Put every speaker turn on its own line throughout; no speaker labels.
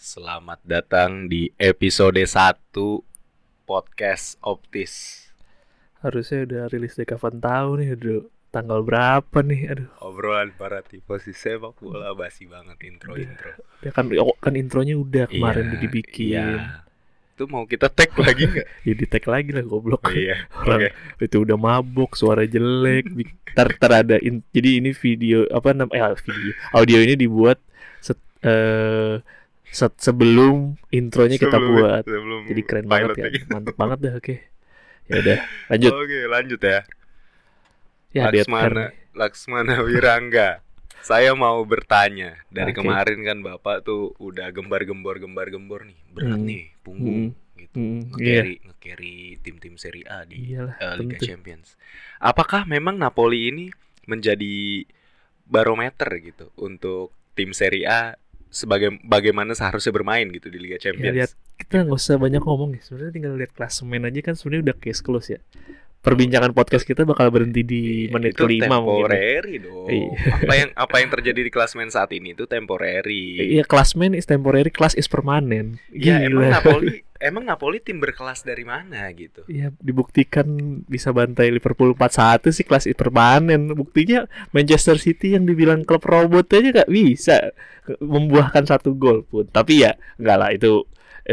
Selamat datang di episode 1 Podcast Optis.
Harusnya udah rilis dari kapan tahu nih, aduh. Tanggal berapa nih, aduh.
Obrolan para tifosi sepak bola, basi banget intro.
Ya kan intronya udah kemarin udah dibikin.
Iya. Itu mau kita tag lagi nggak?
Ya di tag lagi lah, goblok.
Iya.
Orang itu udah mabuk, suara jelek. Ntar ada jadi ini video audio ini dibuat sebelum intronya kita buat. Jadi keren banget ya. Mantep banget dah, oke. Ya udah, lanjut.
Oke, lanjut ya.
Ya,
Laksmana Wirangga. Saya mau bertanya. Dari
Oke.
kemarin kan Bapak tuh udah gembar-gembor nih. Berat nih punggung gitu. Nge-carry tim-tim Serie A di Liga
tentu.
Champions. Apakah memang Napoli ini menjadi barometer gitu untuk tim Serie A bagaimana seharusnya bermain gitu di Liga
Ya,
Champions?
lihat, kita nggak usah banyak ngomong nih. Sebenarnya tinggal lihat klasemen aja kan sebenarnya udah case close ya. Perbincangan podcast kita bakal berhenti di menit
itu
kelima mungkin.
temporary dong. Apa yang terjadi di klasemen saat ini itu temporary.
Iya, klasmen is temporary, class is permanen.
Ya
Gila.
emang Napoli tim berkelas dari mana gitu?
Ya dibuktikan bisa bantai Liverpool 4-1 sih, kelas is permanen. Buktinya Manchester City yang dibilang klub robot aja gak bisa membuahkan 1 gol pun. Tapi ya enggak lah, itu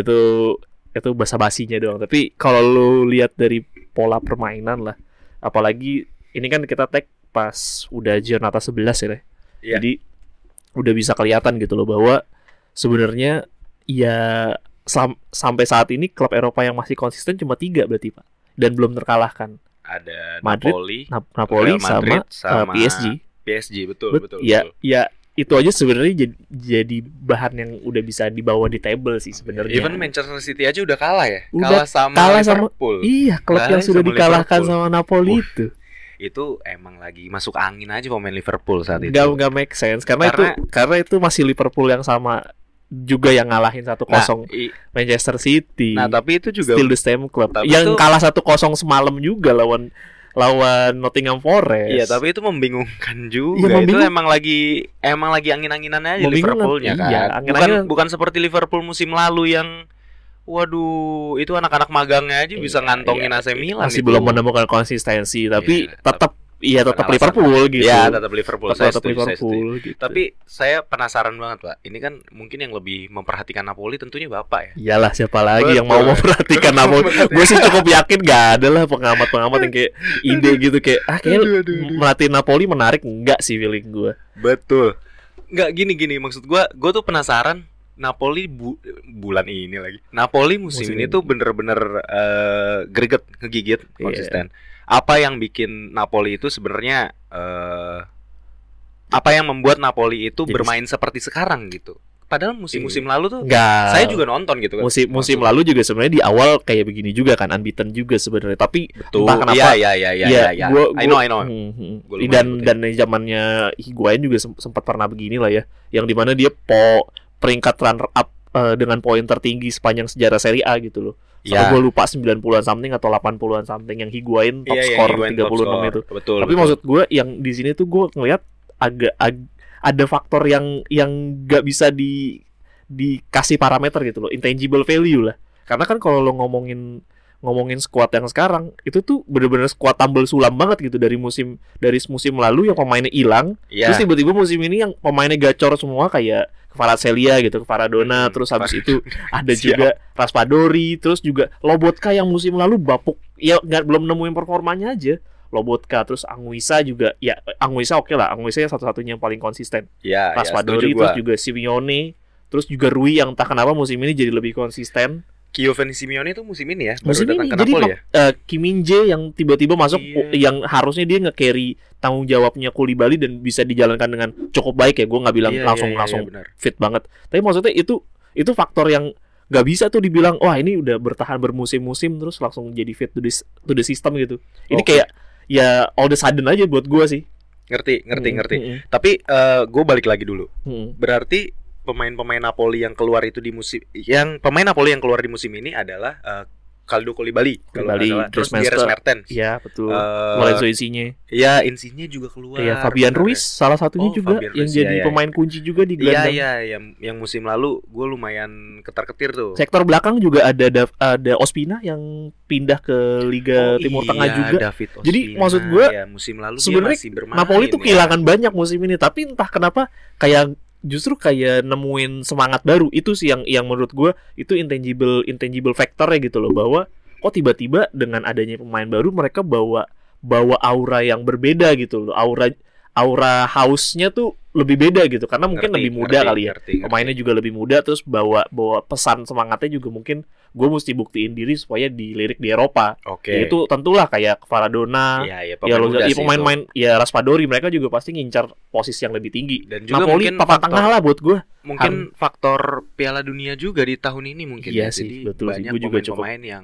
basa-basinya doang. Tapi kalau lu lihat dari pola permainan lah, apalagi ini kan kita tag pas udah Giornata 11 ya.
Iya.
Jadi udah bisa kelihatan gitu loh bahwa sebenarnya ya sampai saat ini klub Eropa yang masih konsisten cuma 3 berarti Pak, dan belum terkalahkan.
Ada
Madrid,
Napoli
sama PSG.
betul.
Ya itu aja sebenarnya jadi bahan yang udah bisa dibawa di table sih sebenarnya.
Even Manchester City aja udah kalah ya.
Udah
kalah sama Liverpool.
Iya, klub yang sudah dikalahkan sama Napoli itu.
Itu emang lagi masuk angin aja pemain Liverpool saat itu.
Gak make sense karena itu masih Liverpool yang sama juga yang ngalahin 1-0 Manchester City.
Nah, tapi itu juga
still the same club.
Tapi
yang kalah 1-0 semalam juga lawan Nottingham Forest.
Iya, tapi itu membingungkan juga. Itu emang lagi angin-anginan aja Liverpoolnya kan. Iya, bukan seperti Liverpool musim lalu yang waduh, itu anak-anak magangnya aja bisa ngantongin AC Milan.
Masih belum menemukan konsistensi, tapi tetap Liverpool gitu.
Iya, tetap Liverpool.
Tetap Liverpool gitu.
Tapi saya penasaran banget, Pak. Ini kan mungkin yang lebih memperhatikan Napoli tentunya Bapak ya.
Iyalah, siapa lagi yang mau memperhatikan Napoli? Gue sih cukup yakin gak ada lah pengamat-pengamat yang kayak ide gitu kayak kayaknya melatih Napoli menarik, enggak sih feeling gue.
Betul. Enggak gini maksud gue tuh penasaran Napoli bulan ini lagi. Napoli musim ini tuh bener-bener greget, ngegigit, konsisten. Apa yang bikin Napoli itu sebenarnya apa yang membuat Napoli itu bermain seperti sekarang gitu? Padahal musim-musim lalu tuh saya juga nonton gitu kan.
Musim lalu juga sebenarnya di awal kayak begini juga kan, unbeaten juga sebenarnya. Tapi
betul.
Entah kenapa.
Iya. I know.
Dan zamannya Higuain juga sempat pernah begini lah ya. Yang dimana dia peringkat runner up dengan poin tertinggi sepanjang sejarah Serie A gitu loh. Gue lupa 90-an something atau 80-an something yang Higuain top skor 36 itu.
Betul.
Tapi maksud gue yang di sini tuh gue ngeliat agak ada faktor yang gak bisa dikasih parameter gitu loh, intangible value lah. Karena kan kalau lo ngomongin squad yang sekarang itu tuh bener-bener squad tambal sulam banget gitu dari musim lalu yang pemainnya hilang, terus tiba-tiba musim ini yang pemainnya gacor semua kayak Kvaratskhelia gitu, Kvaradona, terus habis itu ada juga Raspadori, terus juga Lobotka yang musim lalu bapuk, ya belum nemuin performanya aja. Lobotka, terus Anguissa juga, ya Anguissa oke lah, Anguissa yang satu-satunya yang paling konsisten. Raspadori, terus juga Simeone, terus juga Rui yang entah kenapa musim ini jadi lebih konsisten.
Giovanni Simeone itu musim ini ya,
musim ini jadi Kim Min-jae yang tiba-tiba masuk, yang harusnya dia nge-carry tanggung jawabnya Koulibaly dan bisa dijalankan dengan cukup baik ya. Gue nggak bilang langsung fit banget, tapi maksudnya itu faktor yang nggak bisa tuh dibilang wah ini udah bertahan bermusim-musim terus langsung jadi fit to the system gitu. Ini kayak ya all the sudden aja buat gue sih.
Ngerti. Tapi gue balik lagi dulu. Berarti pemain Napoli yang keluar itu pemain Napoli yang keluar di musim ini adalah Kalidou Koulibaly kalau nggak salah. Terus Dries Mertens.
Iya, betul. Lorenzo Insigne.
Iya, Insigne juga keluar.
Iya, Fabian Ruiz salah satunya juga
Fabian
yang
Ruiz,
jadi pemain kunci juga di gelandang.
Iya, yang musim lalu gue lumayan ketar-ketir tuh.
Sektor belakang juga ada Ospina yang pindah ke Liga Timur Tengah juga.
David Ospina.
Jadi maksud gue
musim lalu
sebenarnya
dia masih bermain.
Napoli tuh kehilangan banyak musim ini, tapi entah kenapa justru kayak nemuin semangat baru. Itu sih yang menurut gue itu intangible factor-nya gitu loh, bahwa kok tiba-tiba dengan adanya pemain baru mereka bawa aura yang berbeda gitu loh. Aura hausnya tuh lebih beda gitu karena mungkin lebih muda kali ya. Pemainnya juga lebih muda, terus bawa pesan semangatnya juga mungkin gue mesti buktiin diri supaya dilirik di Eropa. Ya itu tentulah kayak Maradona, pemain-pemain ya Raspadori, mereka juga pasti ngincar posisi yang lebih tinggi. Dan juga Napoli papan tengah lah buat gue.
Mungkin faktor Piala Dunia juga di tahun ini mungkin.
Iya sih, betul
banyak
sih.
pemain yang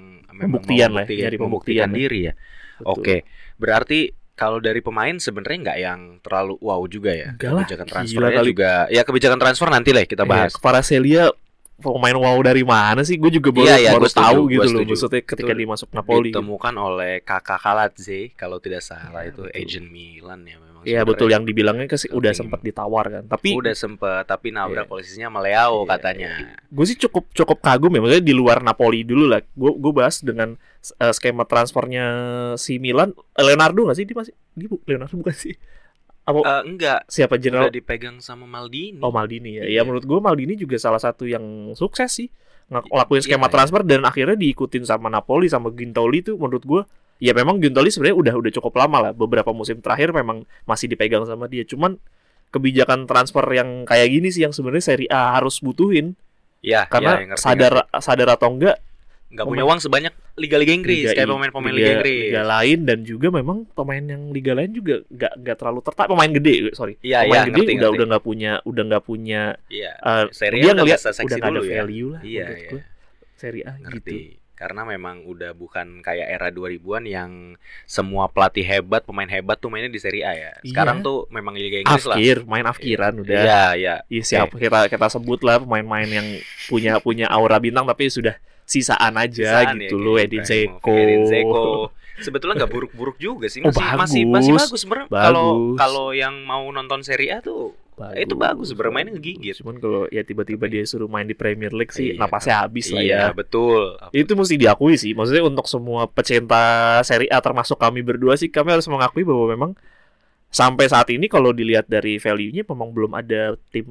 membuktikan
diri ya. Oke, berarti kalau dari pemain sebenarnya nggak yang terlalu wow juga ya. Kebijakan transfernya juga. Ya kebijakan transfer nanti lah kita bahas.
Kvaratskhelia pemain wow dari mana sih? Gue juga baru tahu gitu loh. Maksudnya ketika dia masuk Napoli.
Ditemukan oleh Kakak Kaladze kalau tidak salah itu agent Milan ya memang.
Iya betul, yang dibilangnya udah sempat ditawar kan. Tapi
nabrak posisinya sama Leao katanya.
Gue sih cukup kagum ya, maksudnya di luar Napoli dulu lah. Gue bahas dengan skema transfernya si Milan. Leonardo nggak sih dia Leonardo bukan sih?
Enggak.
Siapa general?
Udah dipegang sama Maldini.
Oh Maldini ya. Ya menurut gue Maldini juga salah satu yang sukses sih ngelakuin skema transfer dan akhirnya diikutin sama Napoli sama Gintoli tuh menurut gue. Ya memang Gintoli sebenarnya udah cukup lama lah. Beberapa musim terakhir memang masih dipegang sama dia. Cuman kebijakan transfer yang kayak gini sih yang sebenarnya Serie A harus butuhin.
Ya.
Karena sadar atau enggak
nggak punya uang sebanyak liga-liga Inggris kayak pemain-pemain liga Inggris.
Liga lain dan juga memang pemain yang liga lain juga nggak terlalu tertarik. Pemain gede, pemain gede udah nggak punya.
Serie A
ngelihat
udah
nggak ada value lah.
Iya.
Serie A gitu.
Karena memang udah bukan kayak era 2000-an yang semua pelatih hebat, pemain hebat tuh mainnya di Serie A ya. Sekarang tuh memang Liga Inggris lah.
Main afkiran udah. Iya. Siapa kita sebut lah pemain-pemain yang punya aura bintang tapi sudah sisaan aja gitu loh. Edin Dzeko.
Sebetulnya nggak buruk-buruk juga sih, masih bagus sebenarnya. Kalau yang mau nonton Serie A tuh itu bagus sebenarnya, mainnya ngegigit.
Cuman kalau ya tiba-tiba dia suruh main di Premier League sih napasnya habis lah ya.
Iya, betul.
Itu mesti diakui sih. Maksudnya untuk semua pecinta Serie A termasuk kami berdua sih, kami harus mengakui bahwa memang sampai saat ini kalau dilihat dari value-nya memang belum ada tim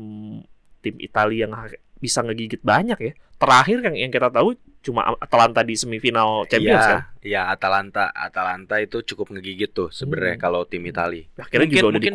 Italia yang bisa ngegigit banyak ya. Terakhir yang kita tahu cuma Atalanta di semifinal Champions kan.
Iya, Atalanta itu cukup ngegigit tuh sebenarnya kalau tim Italia.
Akhirnya mungkin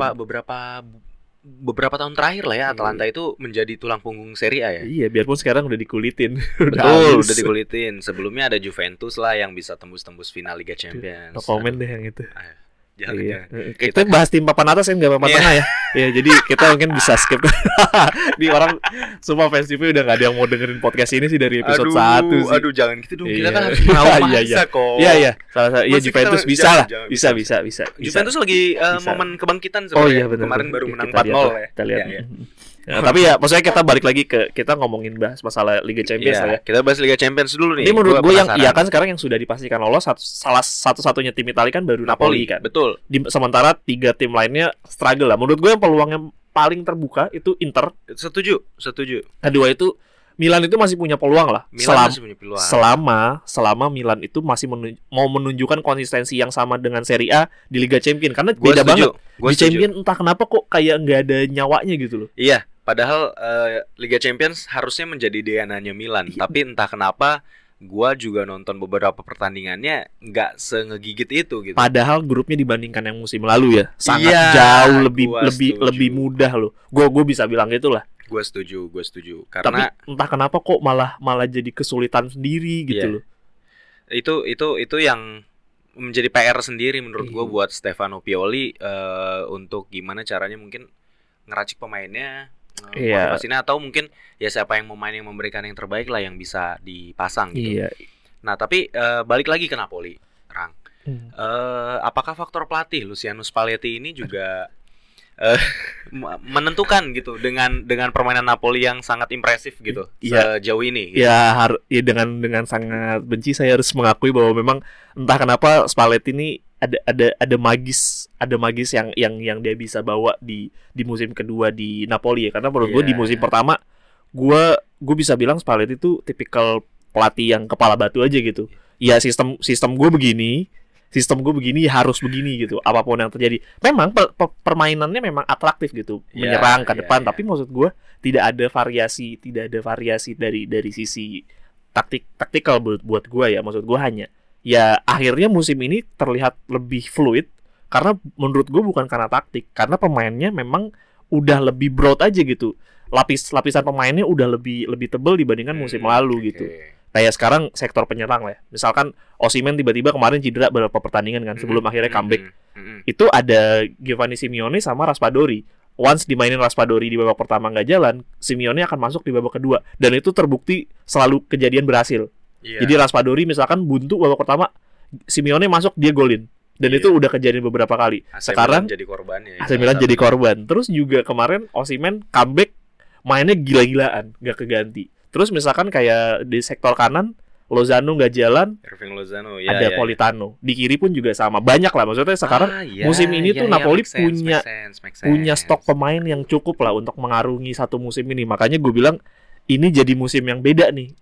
beberapa tahun terakhir lah ya Atalanta itu menjadi tulang punggung Serie A ya.
Iya, biarpun sekarang udah dikulitin.
Betul, udah dikulitin. Sebelumnya ada Juventus lah yang bisa tembus final Liga Champions.
No comment deh yang itu.
Jangan.
Kita bahas tim papan atas kan nggak papan tengah ya. Ya jadi kita mungkin bisa skip. Di orang semua fans TV udah nggak ada yang mau dengerin podcast ini sih dari episode 1 sih.
Aduh jangan gitu dong. Kita kan harus mau masa kok.
Iya. Salah Juventus bisa lah. Bisa.
Juventus lagi momen kebangkitan sebenarnya. Kemarin baru menang 4-0 ya.
Kita lihat. Ya, tapi ya maksudnya kita balik lagi ke kita ngomongin bahas masalah Liga Champions lah ya.
Kita bahas Liga Champions dulu nih.
Ini menurut gue yang kan sekarang yang sudah dipastikan lolos salah satu-satunya tim Italia kan baru Napoli kan.
Betul.
Sementara 3 tim lainnya struggle lah. Menurut gue yang peluangnya paling terbuka itu Inter.
Setuju.
Kedua itu Milan itu masih punya peluang lah. Selama Milan itu masih mau menunjukkan konsistensi yang sama dengan Serie A di Liga Champions karena beda banget. Di Champions entah kenapa kok kayak nggak ada nyawanya gitu loh.
Iya. Padahal Liga Champions harusnya menjadi DNA-nya Milan, tapi entah kenapa gua juga nonton beberapa pertandingannya nggak sengegigit itu gitu.
Padahal grupnya dibandingkan yang musim lalu ya sangat jauh lebih mudah loh. Gua bisa bilang gitu lah.
Gua setuju. Karena
tapi entah kenapa kok malah jadi kesulitan sendiri gitu loh.
Itu yang menjadi PR sendiri menurut gua buat Stefano Pioli untuk gimana caranya mungkin ngeracik pemainnya. Motivasinya atau mungkin ya siapa yang mau main yang memberikan yang terbaik lah yang bisa dipasang gitu. Nah tapi balik lagi ke Napoli, Rang. Apakah faktor pelatih Luciano Spalletti ini juga menentukan gitu dengan permainan Napoli yang sangat impresif gitu sejauh ini. Gitu.
Ya dengan sangat benci saya harus mengakui bahwa memang entah kenapa Spalletti ini ada magis yang dia bisa bawa di musim kedua di Napoli ya, karena menurut gue di musim pertama gue bisa bilang Spalletti itu tipikal pelatih yang kepala batu aja gitu. Ya sistem gue begini harus begini gitu, apapun yang terjadi. Memang permainannya memang atraktif gitu, menyerang ke depan, tapi maksud gue tidak ada variasi dari sisi taktikal buat gue ya. Maksud gue hanya ya akhirnya musim ini terlihat lebih fluid karena menurut gue bukan karena taktik, karena pemainnya memang udah lebih broad aja gitu. Lapisan pemainnya udah lebih tebal dibandingkan musim lalu gitu. Kayak sekarang sektor penyerang lah ya. Misalkan Osimhen tiba-tiba kemarin cedera beberapa pertandingan kan sebelum akhirnya comeback. Itu ada Giovanni Simeone sama Raspadori. Once dimainin Raspadori di babak pertama nggak jalan, Simeone akan masuk di babak kedua. Dan itu terbukti selalu kejadian berhasil. Jadi Raspadori misalkan buntu babak pertama, Simeone masuk dia golin. Dan itu udah kejadian beberapa kali. Sekarang AC Milan jadi korban. Terus juga kemarin Osimhen comeback mainnya gila-gilaan, nggak keganti. Terus misalkan kayak di sektor kanan Lozano nggak jalan,
Irving Lozano,
ada Politano. Di kiri pun juga sama. Banyak lah maksudnya sekarang musim ini tuh Napoli punya stok pemain yang cukup lah untuk mengarungi satu musim ini. Makanya gue bilang ini jadi musim yang beda nih.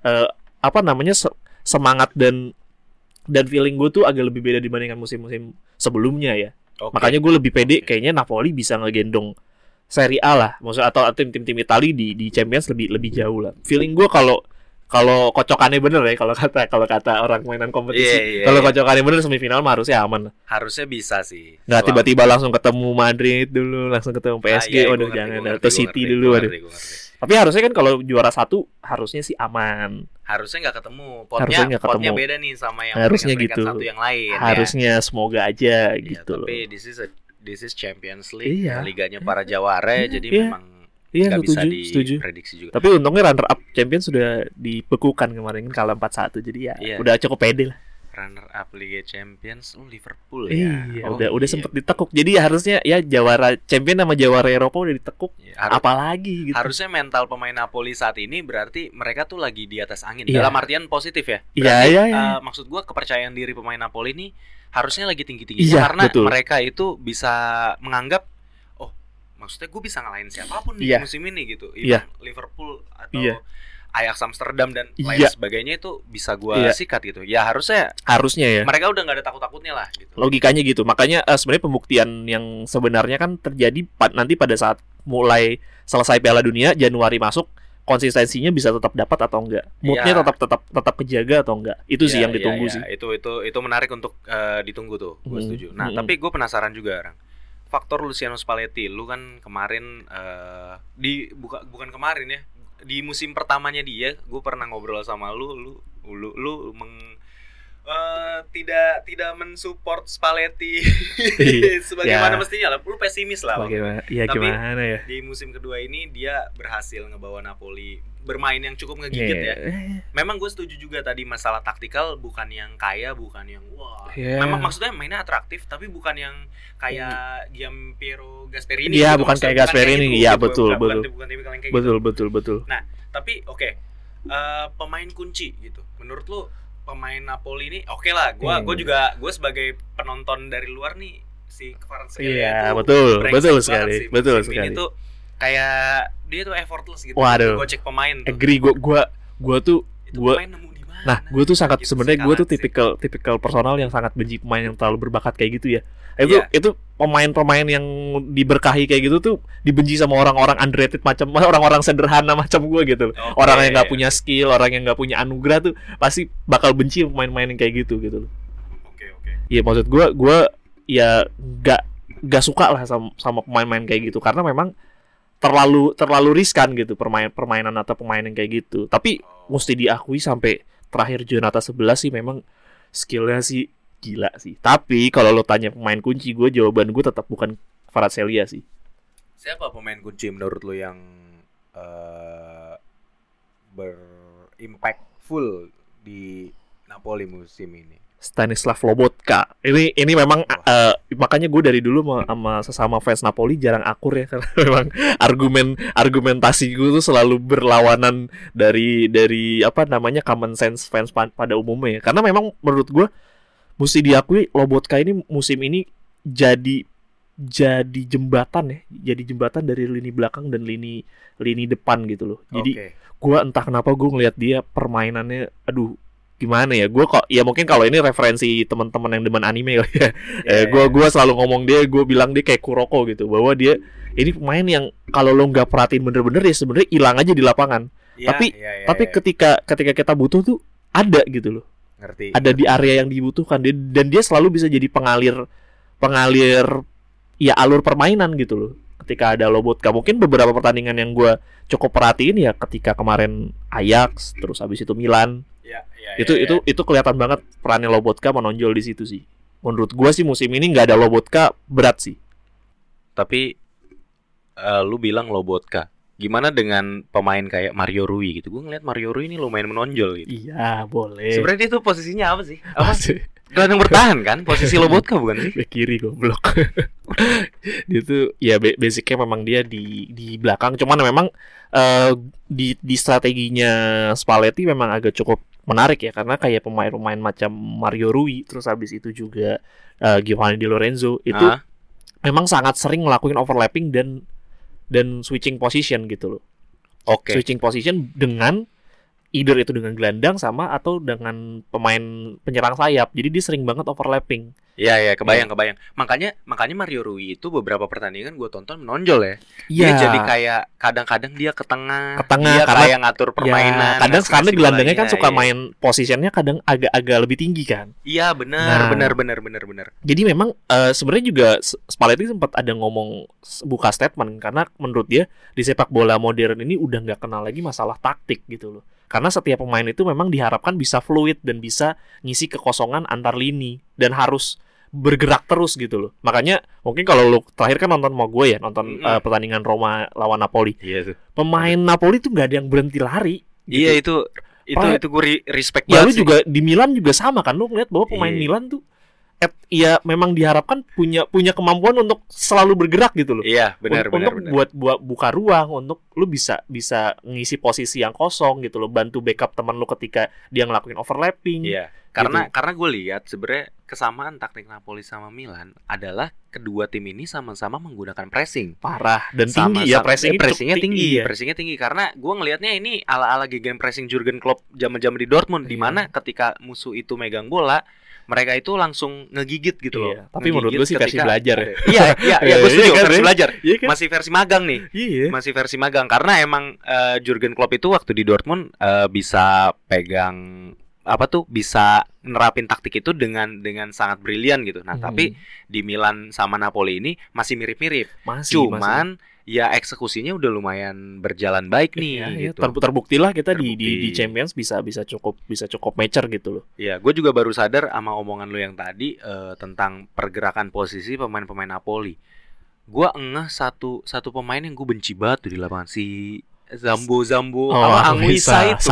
Semangat dan feeling gue tuh agak lebih beda dibandingkan musim-musim sebelumnya ya. Makanya gue lebih pede kayaknya Napoli bisa ngegendong Serie A lah, maksudnya atau tim Italia di Champions lebih jauh lah. Feeling gue kalau kocokannya bener ya, kalau kata orang mainan kompetisi, kalau kocokannya bener semifinal mah harusnya aman.
Harusnya bisa sih.
Nggak tiba-tiba langsung ketemu Madrid dulu, langsung ketemu PSG, jangan, atau City dulu. Tapi harusnya kan kalau juara satu harusnya sih aman.
Harusnya nggak ketemu. Potnya beda nih sama yang
harusnya gitu.
Satu yang lain.
Harusnya semoga aja gitu loh.
Tapi this is Champions League, liganya para jawara, jadi memang nggak bisa diprediksi juga.
Tapi untungnya runner up Champions sudah dibekukan kemarin kan kalah 4-1, jadi udah cukup pede lah.
Runner up Liga Champions Liverpool ya.
Udah sempet ditekuk. Jadi harusnya ya jawara Champions sama jawara Eropa udah ditekuk. Apalagi gitu.
Harusnya mental pemain Napoli saat ini berarti mereka tuh lagi di atas angin. Dalam artian positif ya. Maksud gua kepercayaan diri pemain Napoli ini harusnya lagi tinggi-tingginya karena mereka itu bisa menganggap maksudnya gue bisa ngalahin siapapun di musim ini gitu. Liverpool atau Ajax Amsterdam dan lain sebagainya itu bisa gue sikat gitu. Ya harusnya ya. Mereka udah nggak ada takut-takutnya lah gitu.
Logikanya gitu. Makanya sebenarnya pembuktian yang sebenarnya kan terjadi nanti pada saat mulai selesai Piala Dunia Januari masuk, konsistensinya bisa tetap dapat atau enggak, moodnya tetap kejaga atau enggak, itu sih yang ditunggu sih.
Itu menarik untuk ditunggu tuh, gue setuju. Nah tapi gue penasaran juga, Rang, faktor Luciano Spalletti, lu kan kemarin bukan kemarin ya, di musim pertamanya dia, gue pernah ngobrol sama lu tidak mensupport Spalletti sebagaimana mestinya lah, lu pesimis lah.
Tapi gimana ya?
Di musim kedua ini dia berhasil ngebawa Napoli bermain yang cukup ngegigit ya. Memang gue setuju juga tadi masalah taktikal, bukan yang kaya, bukan yang memang maksudnya mainnya atraktif, tapi bukan yang kayak Gianpiero Gasperini.
Iya, bukan kayak Gasperini. Iya, betul. Betul.
Nah, tapi pemain kunci gitu. Menurut lu pemain Napoli ini oke lah, gue sebagai penonton dari luar nih, si Kvaratskhelia
itu betul sekali.
Ini tuh kayak dia tuh effortless gitu. Gocek pemain tuh.
Agree, gue tuh pemain nemu di mana. Nah, gue tuh sangat sebenarnya gue tuh tipikal personal yang sangat benci pemain yang terlalu berbakat kayak gitu ya. Itu pemain-pemain yang diberkahi kayak gitu tuh dibenci sama orang-orang underrated macam orang-orang sederhana macam gue gitu loh. Orang yang nggak punya skill, orang yang nggak punya anugerah tuh pasti bakal benci pemain-pemain yang kayak gitu loh.
Oke.
Iya, maksud gue ya nggak suka lah sama pemain-pemain kayak gitu karena memang terlalu riskan gitu permainan atau pemain yang kayak gitu. Tapi mesti diakui sampai terakhir Jonata 11 sih memang skillnya sih gila sih. Tapi kalau lo tanya pemain kunci, jawaban gue tetap bukan Kvaratskhelia sih.
Siapa pemain kunci menurut lo yang berimpactful di Napoli musim ini?
Stanislav Lobotka. Ini memang makanya gue dari dulu sama sesama fans Napoli jarang akur ya, karena memang argumentasi gue tuh selalu berlawanan dari apa namanya common sense fans pada umumnya ya. Karena memang menurut gue mesti diakui Lobotka ini musim ini jadi jembatan ya, jadi jembatan dari lini belakang dan lini depan gitu loh. Jadi gue entah kenapa gue ngelihat dia permainannya, aduh gimana ya, gue kok ya mungkin kalau ini referensi teman-teman yang demen anime kali ya. Gue selalu ngomong gue bilang dia kayak Kuroko gitu, bahwa dia ini pemain yang kalau lo nggak perhatiin bener-bener ya sebenarnya hilang aja di lapangan. Tapi ketika kita butuh tuh ada gitu loh. Ada di area yang dibutuhkan dan dia selalu bisa jadi pengalir ya alur permainan gitu loh. Ketika ada Lobotka, mungkin beberapa pertandingan yang gue cukup perhatiin ya ketika kemarin Ajax, terus habis itu Milan. Itu kelihatan banget perannya Lobotka menonjol di situ sih. Menurut gue sih musim ini nggak ada Lobotka berat sih.
Tapi lu bilang Lobotka, gimana dengan pemain kayak Mario Rui gitu? Gue ngeliat Mario Rui ini lumayan menonjol gitu.
Iya boleh.
Sebenarnya dia tuh posisinya apa sih? Apa sih? Gelandang bertahan kan? Posisi Lobotka bukan sih?
Bek kiri goblok. Dia tuh ya basicnya memang dia di belakang. Cuman memang di strateginya Spalletti memang agak cukup menarik ya, karena kayak pemain-pemain macam Mario Rui, terus habis itu juga Giovanni Di Lorenzo itu memang sangat sering ngelakuin overlapping dan switching position gitu loh. Switching position dengan either itu dengan gelandang sama atau dengan pemain penyerang sayap. Jadi dia sering banget overlapping.
Iya, kebayang. Makanya Mario Rui itu beberapa pertandingan gue tonton menonjol ya. Dia jadi kayak kadang-kadang dia ke tengah dia karena, kayak ngatur permainan.
Kadang karena gelandangnya kan suka main posisinya kadang agak lebih tinggi kan.
Iya, benar.
Jadi memang sebenarnya juga Spalletti sempat ada ngomong, buka statement, karena menurut dia di sepak bola modern ini udah nggak kenal lagi masalah taktik gitu loh. Karena setiap pemain itu memang diharapkan bisa fluid dan bisa ngisi kekosongan antar lini dan harus bergerak terus gitu loh. Makanya mungkin kalau lo terakhir kan nonton sama gue ya, nonton pertandingan Roma lawan Napoli.
Iya tuh.
Pemain Napoli tuh nggak ada yang berhenti lari. Gitu.
Iya itu gue respect
banget. Ya lu
sih.
juga di Milan juga sama kan, lu ngeliat bahwa pemain Milan tuh ya memang diharapkan punya kemampuan untuk selalu bergerak gitu loh.
Iya, benar.
Buat buka ruang untuk lu bisa ngisi posisi yang kosong gitu loh, bantu backup teman lu ketika dia ngelakuin overlapping.
Iya. Karena gue lihat sebenarnya kesamaan taktik Napoli sama Milan adalah kedua tim ini sama-sama menggunakan pressing.
Parah dan tinggi ya,
pressingnya tinggi. Pressingnya tinggi karena gue ngelihatnya ini ala-ala gegen pressing Jurgen Klopp zaman-zaman di Dortmund, di mana ketika musuh itu megang bola mereka itu langsung ngegigit gitu loh.
Tapi menurut gue sih versi belajar ya.
Iya, gue setuju versi belajar.
Kan?
Masih versi magang nih.
Iya.
Masih versi magang karena emang Jurgen Klopp itu waktu di Dortmund bisa pegang bisa nerapin taktik itu dengan sangat brilian gitu. Nah, tapi di Milan sama Napoli ini masih mirip-mirip. Cuman ya eksekusinya udah lumayan berjalan baik nih gitu.
Terbuktilah kita di Champions bisa cukup matcher gitu loh.
Iya, gue juga baru sadar sama omongan lu yang tadi tentang pergerakan posisi pemain-pemain Napoli. Gue ngeh satu pemain yang gue benci banget tuh di lapangan, si Zambo Anguissa itu.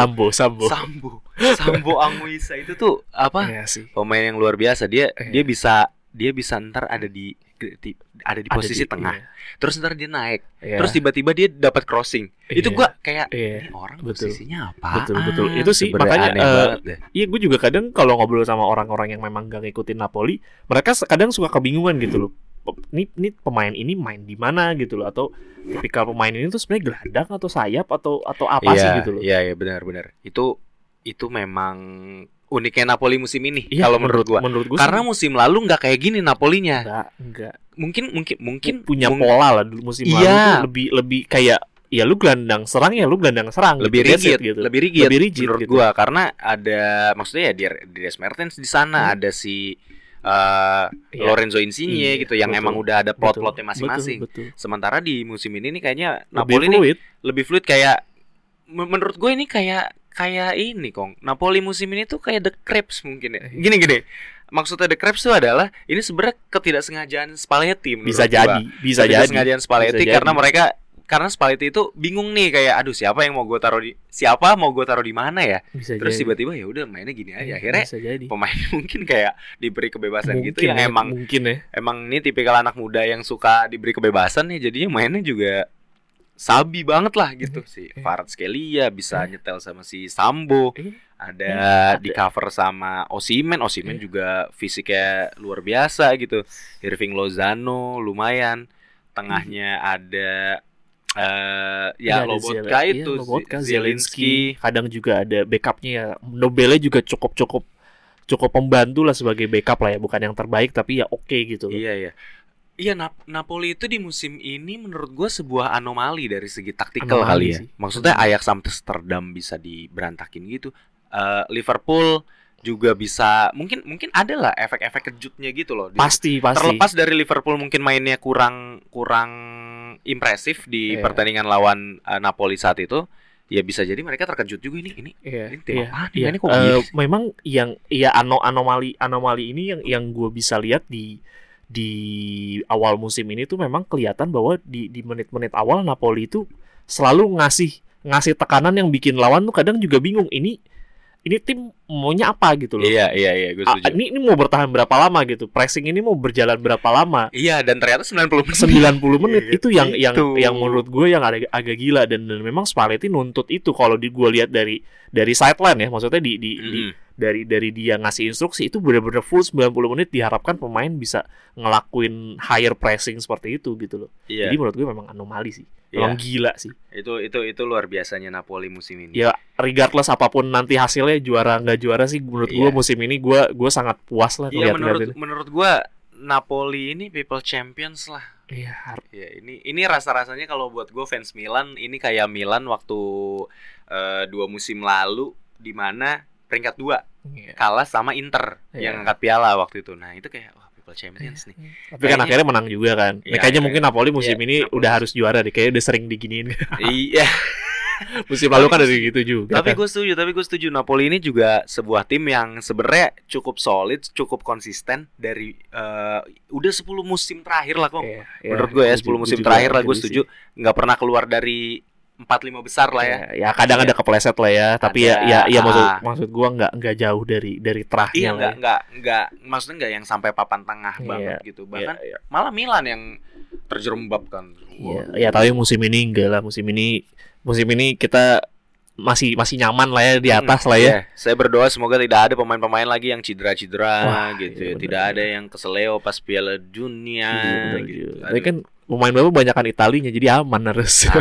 Sambo Anguissa itu tuh apa? Pemain yang luar biasa. Dia bisa ntar ada di posisi tengah. Terus ntar dia naik. Terus tiba-tiba dia dapat crossing. Itu gua kayak ini orang posisinya apa?
Betul. Itu sih makanya iya, gue juga kadang kalau ngobrol sama orang-orang yang memang gak ngikutin Napoli, mereka kadang suka kebingungan gitu loh. Ini pemain ini main di mana gitu loh, atau tipikal pemain ini tuh sebenarnya gelandang atau sayap atau apa sih gitu loh.
Iya, benar. Itu memang uniknya Napoli musim ini kalau menurut gua karena musim lalu nggak kayak gini Napolinya.
Enggak.
Mungkin
punya pola lah dulu musim lalu tuh lebih kayak ya lu gelandang serang
lebih rigid
gitu.
Lebih rigid menurut
gitu.
Gua karena ada maksudnya ya Dries Mertens di sana, ada si Lorenzo Insigne gitu yang emang udah ada plot-plotnya masing-masing.
Betul.
Sementara di musim ini nih kayaknya Napoli ini lebih fluid kayak menurut gue ini kayak ini Kong. Napoli musim ini tuh kayak The Crepes mungkin ya. Gini. Maksudnya The Crepes itu adalah ini sebenarnya ketidaksengajaan Spalletti menurut
bisa jadi
Ketidaksengajaan Spalletti karena mereka karena Spalletti itu bingung nih kayak aduh siapa mau gue taruh di mana ya.
Bisa
Terus
jadi.
tiba-tiba ya udah mainnya gini aja. Akhirnya
Bisa jadi.
pemain mungkin kayak diberi kebebasan
Mungkin
gitu yang
ya,
emang
mungkin ya.
ini tipikal anak muda yang suka diberi kebebasan nih, jadinya mainnya juga sabi banget lah gitu. Si Kvaratskhelia bisa nyetel sama si Sambo, ada di cover sama Osimhen juga fisiknya luar biasa gitu. Hirving Lozano lumayan, tengahnya ada ya Lobotka itu, Zielinski.
Kadang juga ada backupnya ya. Nobelnya juga cukup membantu lah sebagai backup lah ya, bukan yang terbaik tapi ya oke gitu loh.
Iya, Napoli itu di musim ini menurut gue sebuah anomali dari segi taktikal kali ya. Maksudnya Ajax Amsterdam bisa diberantakin gitu. Liverpool juga bisa, mungkin ada lah efek-efek kejutnya gitu loh.
Pasti.
Terlepas dari Liverpool mungkin mainnya kurang impresif di pertandingan lawan Napoli saat itu, ya bisa jadi mereka terkejut juga ini tim apaan ini kok gini?
Memang yang anomali ini yang gue bisa lihat di awal musim ini tuh memang kelihatan bahwa di menit-menit awal Napoli itu selalu ngasih tekanan yang bikin lawan tuh kadang juga bingung ini tim maunya apa gitu loh.
Iya, gue setuju.
Ini mau bertahan berapa lama gitu. Pressing ini mau berjalan berapa lama.
Iya, dan ternyata 90
menit itu yang menurut gue yang agak gila, dan memang Spalletti nuntut itu kalau gue lihat dari sideline ya. Maksudnya dari dia ngasih instruksi itu benar-benar full 90 menit diharapkan pemain bisa ngelakuin higher pressing seperti itu gitu loh. Iya. Jadi menurut gue memang anomali sih. Memang gila sih.
Itu luar biasanya Napoli musim ini.
Ya regardless apapun nanti hasilnya juara nggak juara sih menurut gue musim ini gue sangat puas lah.
Iya, menurut gue Napoli ini people champions lah.
Iya.
Ini rasa-rasanya kalau buat gue fans Milan ini kayak Milan waktu 2 musim lalu di mana peringkat 2 kalah sama Inter yang angkat piala waktu itu. Nah, itu kayak people champions nih.
Tapi kan akhirnya menang juga kan. Kayaknya mungkin Napoli musim ini udah harus juara deh. Kayaknya udah sering diginiin.
Iya.
Musim lalu kan dari gitu juga.
Tapi gue setuju Napoli ini juga sebuah tim yang sebenarnya cukup solid, cukup konsisten dari udah 10 musim terakhir lah kok. Menurut gue ya 10 musim terakhir lah gue setuju, nggak pernah keluar dari 4-5 besar lah ya.
Ya kadang ada kepleset lah ya, tapi ya maksud gua enggak jauh dari terahnya lah.
Enggak, maksudnya enggak yang sampai papan tengah banget gitu. Bahkan malah Milan yang terjerembab kan.
Iya, tapi musim ini enggak lah. Musim ini kita masih nyaman lah ya di atas lah ya.
Saya berdoa semoga tidak ada pemain-pemain lagi yang cedera gitu ya. Tidak ada yang keseleo pas Piala Dunia gitu.
Tapi kan pemain baru banyakan Italinya jadi aman harusnya.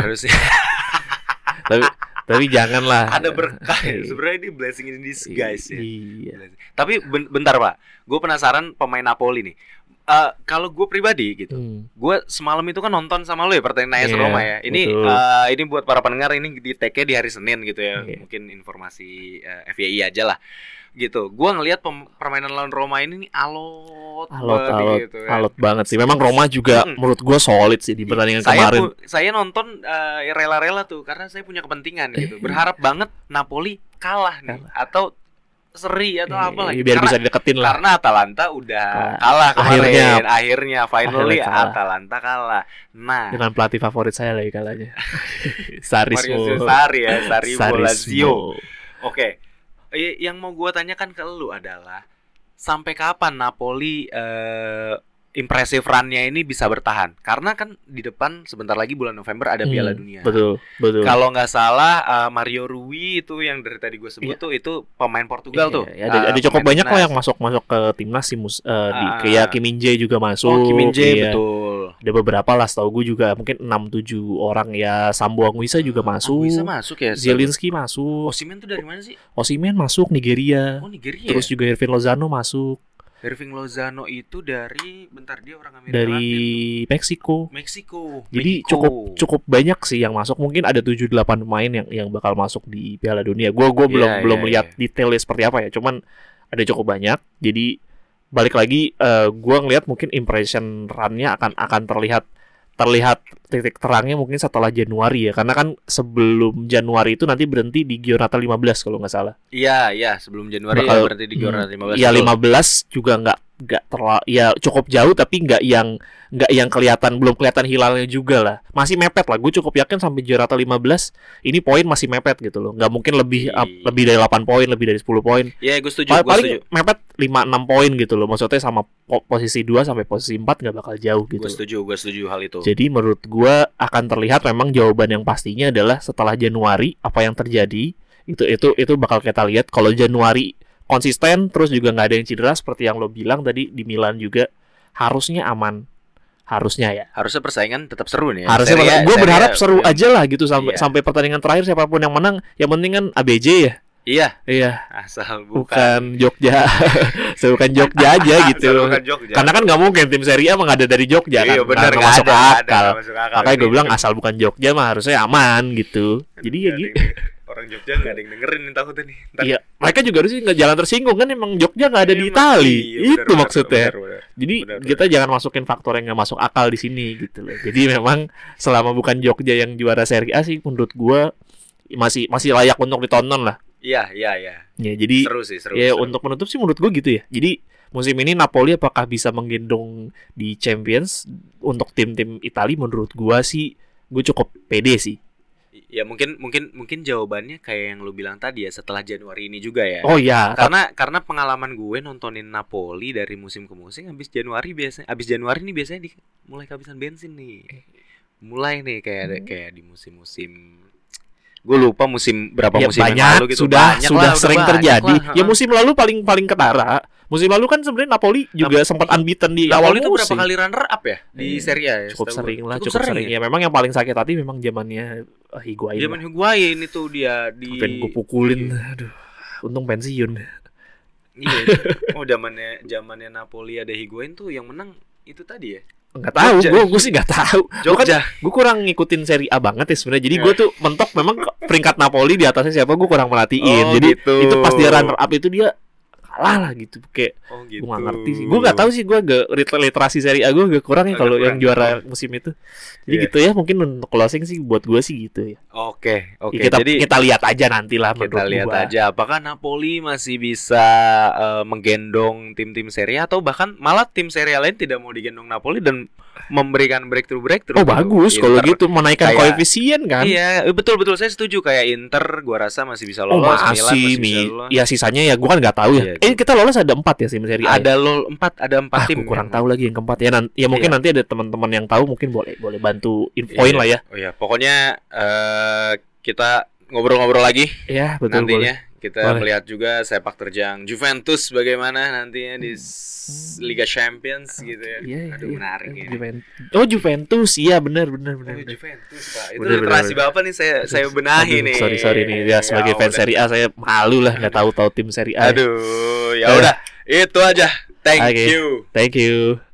Tapi janganlah.
Ada berkah. Sebenarnya ini blessing in disguise ya. Iya. Tapi bentar Pak, gue penasaran pemain Napoli nih. Kalau gue pribadi gitu, gue semalam itu kan nonton sama lo ya pertandingan AS Roma ya. Ini buat para pendengar ini di take-nya di hari Senin gitu ya. Mungkin informasi FYI aja lah. Gitu. Gue ngelihat permainan lawan Roma ini nih alot gitu, kan.
Alot banget sih. Memang Roma juga menurut gue solid sih di pertandingan kemarin.
Saya nonton rela-rela tuh karena saya punya kepentingan gitu. Berharap banget Napoli kalah nih atau seri atau apa lagi.
Biar bisa dideketin lah.
Karena Atalanta udah kalah kemarin. Akhirnya finally Atalanta kalah. Nah,
dengan pelatih favorit saya lagi kalahnya. Sarismo.
Lazio. Oke. Yang mau gue tanyakan ke lu adalah sampai kapan Napoli impressive run-nya ini bisa bertahan? Karena kan di depan sebentar lagi bulan November ada Piala Dunia.
Betul.
Kalau nggak salah Mario Rui itu yang dari tadi gue sebut tuh itu pemain Portugal tuh.
Ada cukup banyak lah yang masuk ke timnas sih kayak Kim Min-jae juga masuk.
Oh, Kim Min-jae betul.
Ada beberapa lah setahu gue juga mungkin 6-7 orang ya. Sambo Anguissa juga masuk.
Anguissa masuk ya.
Zielinski masuk.
Osimhen tuh dari mana sih?
Osimhen masuk Nigeria.
Oh, Nigeria.
Terus juga Hirving Lozano masuk.
Hirving Lozano itu dari dia orang Amerika
dari Meksiko. Jadi
Mexico.
cukup banyak sih yang masuk. Mungkin ada 7-8 pemain yang bakal masuk di Piala Dunia. Gue belum lihat detailnya seperti apa ya. Cuman ada cukup banyak. Jadi balik lagi gue ngelihat mungkin impression run-nya akan terlihat titik terangnya mungkin setelah Januari ya, karena kan sebelum Januari itu nanti berhenti di Giornata 15 kalau nggak salah.
Iya, sebelum Januari ya berhenti di Giornata 15.
Iya, 15 juga nggak terlalu, ya cukup jauh tapi nggak yang belum kelihatan hilalnya juga lah, masih mepet lah. Gue cukup yakin sampai Giornata 15 ini poin masih mepet gitu loh, nggak mungkin lebih dari 8 poin, lebih dari 10 poin.
Iya, gue setuju.
Paling mepet 5-6 poin gitu loh, maksudnya sama posisi 2 sampai posisi 4 nggak bakal jauh gitu.
Gue setuju hal itu.
Jadi menurut gue akan terlihat memang jawaban yang pastinya adalah setelah Januari apa yang terjadi itu bakal kita lihat. Kalau Januari konsisten terus juga nggak ada yang cedera seperti yang lo bilang tadi, di Milan juga harusnya aman. Harusnya
persaingan tetap seru nih ya.
Harusnya gue berharap seru aja lah gitu sampai pertandingan terakhir, siapapun yang menang yang penting kan ABJ ya. Iya.
Asal
bukan Jogja. Bukan Jogja aja gitu. Karena kan nggak mungkin tim Serie A emang ada dari Jogja kan.
Iya benar,
nggak masuk akal. Makanya gue bilang asal bukan Jogja mah harusnya aman gitu. Jadi ya gitu.
Orang Jogja nggak ada yang dengerin nih takutnya nih.
Iya, mereka juga harusnya nggak jalan tersinggung kan, emang Jogja nggak ada di Itali. Itu maksudnya. Jadi kita jangan masukin faktor yang nggak masuk akal di sini gitu loh. Jadi memang selama bukan Jogja yang juara Serie A sih, menurut gua masih layak untuk ditonton lah.
Iya.
Ya jadi
seru.
Ya untuk menutup sih menurut gua gitu ya. Jadi musim ini Napoli apakah bisa menggendong di Champions untuk tim-tim Italia? Menurut gua sih, gua cukup pede sih.
Ya mungkin jawabannya kayak yang lu bilang tadi ya, setelah Januari ini juga ya.
Oh ya.
Karena pengalaman gue nontonin Napoli dari musim ke musim, habis Januari ini biasanya mulai kehabisan bensin nih. Mulai nih kayak di musim-musim, gue lupa musim musim
banyak,
yang lalu gitu.
Sudah sering terjadi. Ya musim lalu paling ketara. Musim lalu kan sebenarnya Napoli juga sempat unbeaten di awal musim.
Napoli itu berapa kali runner up ya di Serie A ya?
Cukup sering ya. Memang yang paling sakit hati memang zamannya Higuain.
Zaman Higuain itu dia
pengen gue pukulin. Aduh, untung pensiun.
Iya. Oh, zamannya Napoli ada Higuain tuh yang menang itu tadi ya?
Enggak tahu, gue sih enggak tahu. Gue kurang ngikutin Serie A banget ya sebenarnya. Jadi gue tuh mentok memang peringkat Napoli di atasnya siapa gue kurang merhatiin. Jadi gitu. Itu pas dia runner up itu dia kalah lah gitu, kayak
gitu.
Gue gak ngerti sih, gue gak tahu sih, gue literasi Serie A gue agak kurang ya kalau yang juara musim itu. Jadi gitu ya, mungkin untuk closing sih buat gue sih gitu ya.
Oke.
Ya, kita lihat aja nanti lah.
Kita lihat aja apakah Napoli masih bisa menggendong tim-tim Serie A, atau bahkan malah tim Serie A lain tidak mau digendong Napoli dan memberikan breakthrough.
Oh bagus kalau gitu, menaikkan koefisien kan.
Iya betul saya setuju. Kayak Inter gua rasa masih bisa lolos.
Milan masih bisa lolos. Ya sisanya ya gua kan nggak tahu ya. Kita lolos ada 4 ya sih Serie A.
Ada 4 tim.
Kurang tahu lagi yang keempat ya. Ya mungkin nanti ada teman-teman yang tahu mungkin boleh bantu infoin lah ya.
Oh ya, pokoknya kita ngobrol-ngobrol lagi.
Iya betul.
Nantinya kita melihat juga sepak terjang Juventus bagaimana nantinya di Liga Champions gitu ya. Aduh menarik ya.
Juventus, iya benar.
Juventus Pak. Itu literasi Bapak nih saya benahi nih.
Sorry nih ya, sebagai fans Serie A saya malu lah nggak tahu tim Serie A.
Aduh, ya udah. Itu aja. Thank you.